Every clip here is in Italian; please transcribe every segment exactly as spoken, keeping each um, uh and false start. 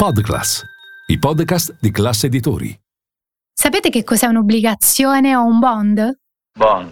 Podcast, i podcast di Classe Editori. Sapete che cos'è un'obbligazione o un bond? Bond.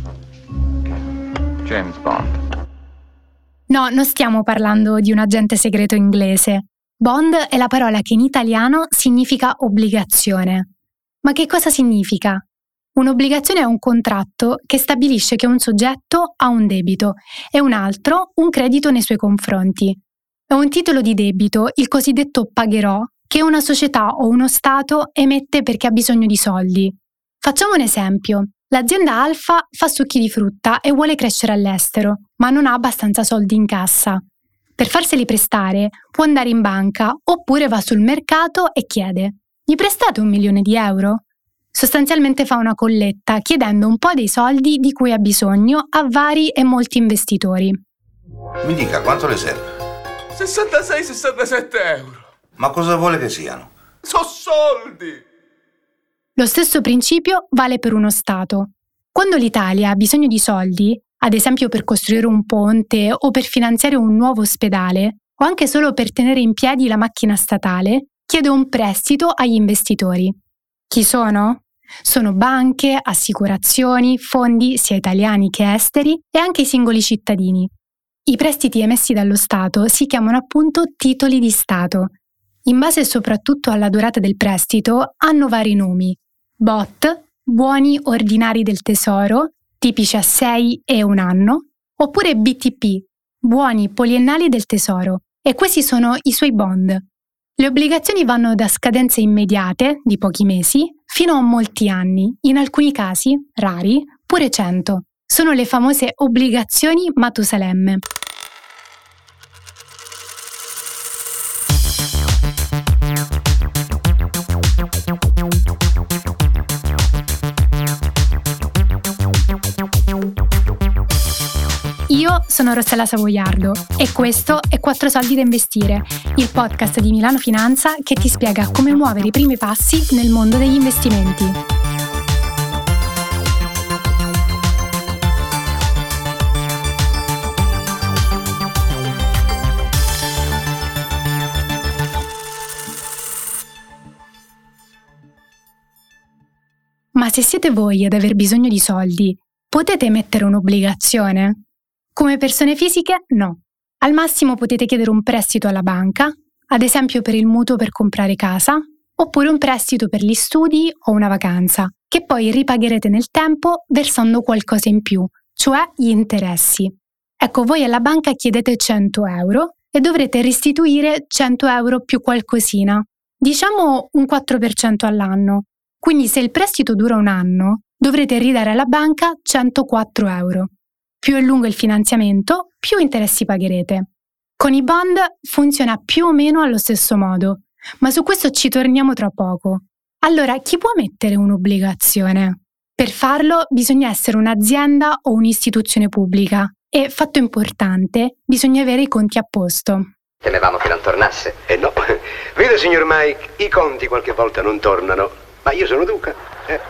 James Bond. No, non stiamo parlando di un agente segreto inglese. Bond è la parola che in italiano significa obbligazione. Ma che cosa significa? Un'obbligazione è un contratto che stabilisce che un soggetto ha un debito e un altro un credito nei suoi confronti. È un titolo di debito, il cosiddetto pagherò, che una società o uno Stato emette perché ha bisogno di soldi. Facciamo un esempio. L'azienda Alfa fa succhi di frutta e vuole crescere all'estero, ma non ha abbastanza soldi in cassa. Per farseli prestare, può andare in banca oppure va sul mercato e chiede: mi prestate un milione di euro? Sostanzialmente fa una colletta chiedendo un po' dei soldi di cui ha bisogno a vari e molti investitori. Mi dica, quanto le serve? sessantasei sessantasette euro. Ma cosa vuole che siano? So soldi! Lo stesso principio vale per uno Stato. Quando l'Italia ha bisogno di soldi, ad esempio per costruire un ponte o per finanziare un nuovo ospedale, o anche solo per tenere in piedi la macchina statale, chiede un prestito agli investitori. Chi sono? Sono banche, assicurazioni, fondi sia italiani che esteri e anche i singoli cittadini. I prestiti emessi dallo Stato si chiamano appunto titoli di Stato. In base soprattutto alla durata del prestito, hanno vari nomi. B O T, buoni ordinari del tesoro, tipici a sei e un anno, oppure B T P, buoni poliennali del tesoro, e questi sono i suoi bond. Le obbligazioni vanno da scadenze immediate, di pochi mesi, fino a molti anni, in alcuni casi, rari, pure cento. Sono le famose obbligazioni Matusalemme. Io sono Rossella Savoiardo e questo è Quattro soldi da investire, il podcast di Milano Finanza che ti spiega come muovere i primi passi nel mondo degli investimenti. Ma se siete voi ad aver bisogno di soldi, potete emettere un'obbligazione? Come persone fisiche, no. Al massimo potete chiedere un prestito alla banca, ad esempio per il mutuo per comprare casa, oppure un prestito per gli studi o una vacanza, che poi ripagherete nel tempo versando qualcosa in più, cioè gli interessi. Ecco, voi alla banca chiedete cento euro e dovrete restituire cento euro più qualcosina, diciamo un quattro per cento all'anno. Quindi se il prestito dura un anno, dovrete ridare alla banca centoquattro euro. Più è lungo il finanziamento, più interessi pagherete. Con i bond funziona più o meno allo stesso modo, ma su questo ci torniamo tra poco. Allora, chi può mettere un'obbligazione? Per farlo bisogna essere un'azienda o un'istituzione pubblica e, fatto importante, bisogna avere i conti a posto. Temevamo che non tornasse. Eh no, vede signor Mike, i conti qualche volta non tornano, ma io sono duca. Eh.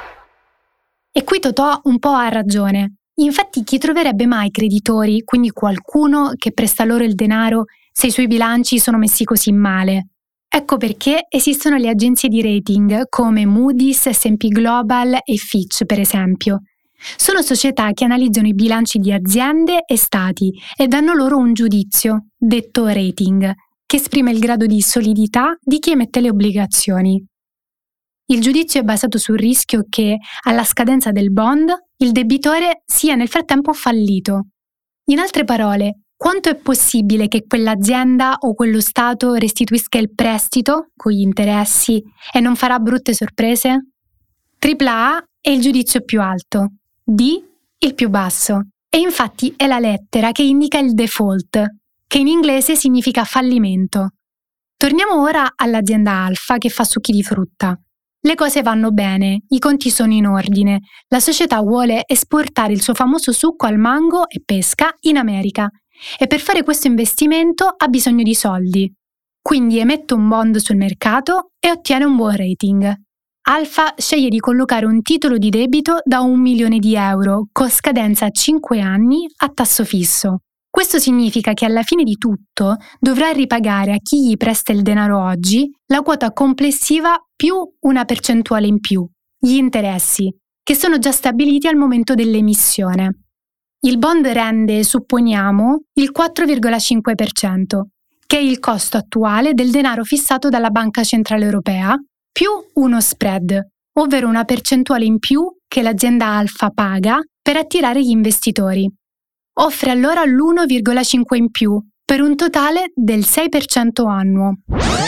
E qui Totò un po' ha ragione. Infatti chi troverebbe mai creditori, quindi qualcuno che presta loro il denaro, se i suoi bilanci sono messi così male? Ecco perché esistono le agenzie di rating come Moody's, S and P Global e Fitch, per esempio. Sono società che analizzano i bilanci di aziende e stati e danno loro un giudizio, detto rating, che esprime il grado di solidità di chi emette le obbligazioni. Il giudizio è basato sul rischio che, alla scadenza del bond, il debitore sia nel frattempo fallito. In altre parole, quanto è possibile che quell'azienda o quello Stato restituisca il prestito, con gli interessi, e non farà brutte sorprese? Tripla A è il giudizio più alto, D il più basso, e infatti è la lettera che indica il default, che in inglese significa fallimento. Torniamo ora all'azienda Alfa che fa succhi di frutta. Le cose vanno bene, i conti sono in ordine, la società vuole esportare il suo famoso succo al mango e pesca in America e per fare questo investimento ha bisogno di soldi. Quindi emette un bond sul mercato e ottiene un buon rating. Alfa sceglie di collocare un titolo di debito da un milione di euro con scadenza a cinque anni a tasso fisso. Questo significa che alla fine di tutto dovrà ripagare a chi gli presta il denaro oggi la quota complessiva più una percentuale in più, gli interessi, che sono già stabiliti al momento dell'emissione. Il bond rende, supponiamo, il quattro virgola cinque per cento, che è il costo attuale del denaro fissato dalla Banca Centrale Europea, più uno spread, ovvero una percentuale in più che l'azienda Alfa paga per attirare gli investitori. Offre allora l'uno virgola cinque in più, per un totale del sei per cento annuo.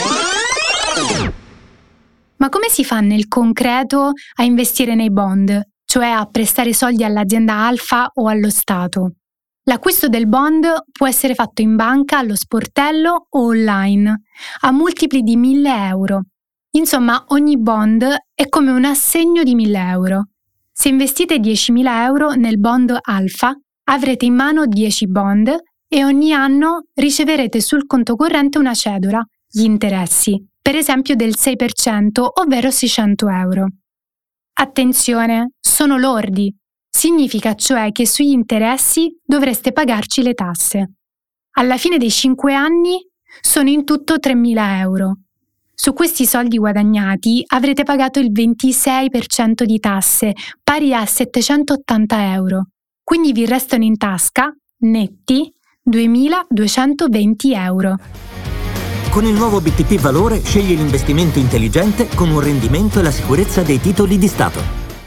Ma come si fa nel concreto a investire nei bond, cioè a prestare soldi all'azienda Alfa o allo Stato? L'acquisto del bond può essere fatto in banca, allo sportello o online, a multipli di mille euro. Insomma, ogni bond è come un assegno di mille euro. Se investite diecimila euro nel bond Alfa, avrete in mano dieci bond e ogni anno riceverete sul conto corrente una cedola, gli interessi, per esempio del sei per cento, ovvero seicento euro. Attenzione, sono lordi. Significa cioè che sugli interessi dovreste pagarci le tasse. Alla fine dei cinque anni sono in tutto tremila euro. Su questi soldi guadagnati avrete pagato il ventisei per cento di tasse, pari a settecentottanta euro. Quindi vi restano in tasca, netti, duemiladuecentoventi euro. Con il nuovo B T P Valore scegli l'investimento intelligente con un rendimento e la sicurezza dei titoli di Stato.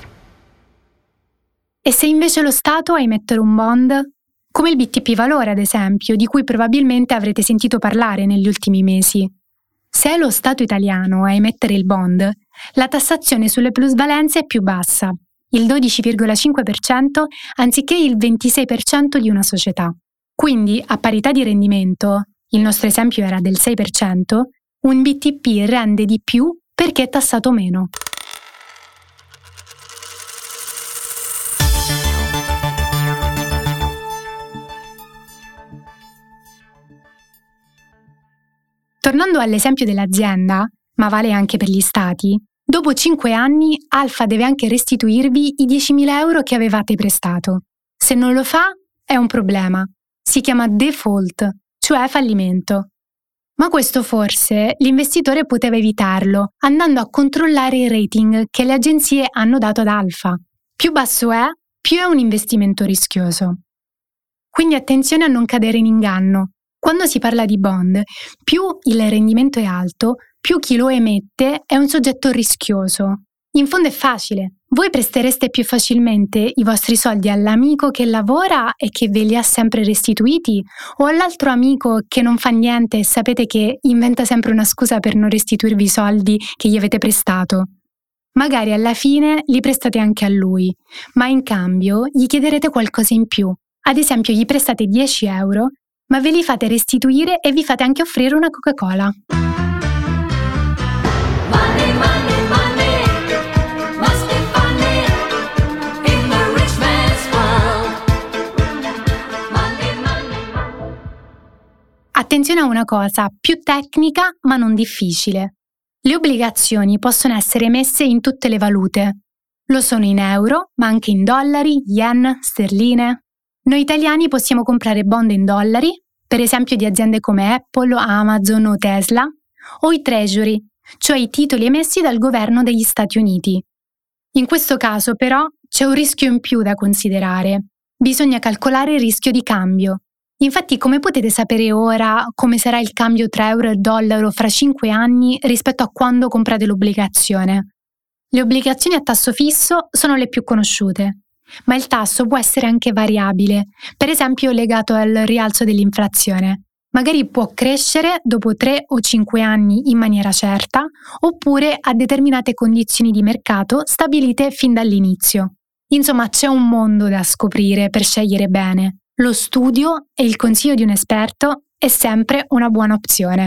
E se invece lo Stato a emettere un bond? Come il B T P Valore, ad esempio, di cui probabilmente avrete sentito parlare negli ultimi mesi. Se è lo Stato italiano a emettere il bond, la tassazione sulle plusvalenze è più bassa, il dodici virgola cinque per cento anziché il ventisei per cento di una società. Quindi, a parità di rendimento, il nostro esempio era del sei per cento, un B T P rende di più perché è tassato meno. Tornando all'esempio dell'azienda, ma vale anche per gli stati, dopo cinque anni Alfa deve anche restituirvi i diecimila euro che avevate prestato. Se non lo fa, è un problema. Si chiama default, cioè fallimento. Ma questo forse l'investitore poteva evitarlo, andando a controllare il rating che le agenzie hanno dato ad Alfa. Più basso è, più è un investimento rischioso. Quindi attenzione a non cadere in inganno. Quando si parla di bond, più il rendimento è alto, più chi lo emette è un soggetto rischioso. In fondo è facile. Voi prestereste più facilmente i vostri soldi all'amico che lavora e che ve li ha sempre restituiti o all'altro amico che non fa niente e sapete che inventa sempre una scusa per non restituirvi i soldi che gli avete prestato? Magari alla fine li prestate anche a lui, ma in cambio gli chiederete qualcosa in più. Ad esempio gli prestate dieci euro, ma ve li fate restituire e vi fate anche offrire una Coca-Cola. Money, money, money. Must be funny in the rich man's world. Money, money, money. Attenzione a una cosa, più tecnica ma non difficile. Le obbligazioni possono essere emesse in tutte le valute. Lo sono in euro, ma anche in dollari, yen, sterline. Noi italiani possiamo comprare bond in dollari, per esempio di aziende come Apple, Amazon o Tesla, o i treasury, cioè i titoli emessi dal governo degli Stati Uniti. In questo caso, però, c'è un rischio in più da considerare. Bisogna calcolare il rischio di cambio. Infatti, come potete sapere ora come sarà il cambio tra euro e dollaro fra cinque anni rispetto a quando comprate l'obbligazione? Le obbligazioni a tasso fisso sono le più conosciute, ma il tasso può essere anche variabile, per esempio legato al rialzo dell'inflazione. Magari può crescere dopo tre o cinque anni in maniera certa, oppure a determinate condizioni di mercato stabilite fin dall'inizio. Insomma, c'è un mondo da scoprire per scegliere bene. Lo studio e il consiglio di un esperto è sempre una buona opzione.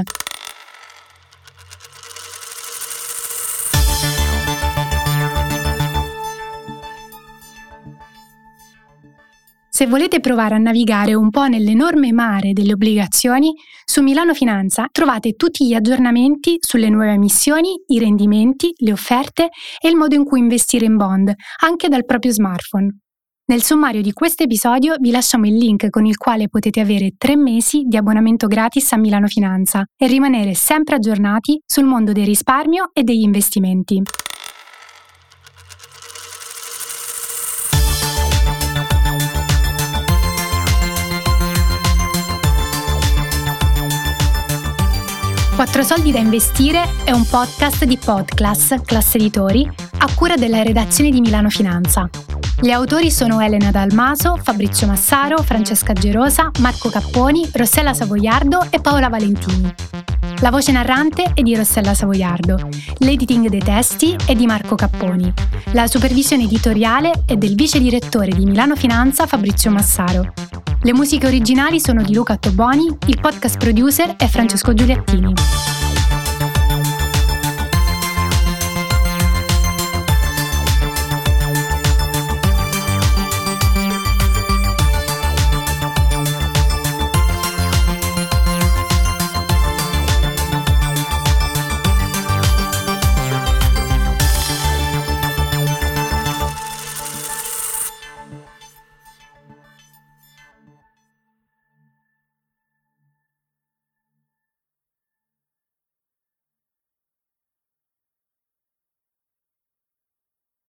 Se volete provare a navigare un po' nell'enorme mare delle obbligazioni, su Milano Finanza trovate tutti gli aggiornamenti sulle nuove emissioni, i rendimenti, le offerte e il modo in cui investire in bond, anche dal proprio smartphone. Nel sommario di questo episodio vi lasciamo il link con il quale potete avere tre mesi di abbonamento gratis a Milano Finanza e rimanere sempre aggiornati sul mondo del risparmio e degli investimenti. Quattro soldi da investire è un podcast di Podclass, Classe Editori, a cura della redazione di Milano Finanza. Gli autori sono Elena Dalmaso, Fabrizio Massaro, Francesca Gerosa, Marco Capponi, Rossella Savoiardo e Paola Valentini. La voce narrante è di Rossella Savoiardo, l'editing dei testi è di Marco Capponi, la supervisione editoriale è del vice direttore di Milano Finanza Fabrizio Massaro. Le musiche originali sono di Luca Toboni, il podcast producer è Francesco Giuliattini.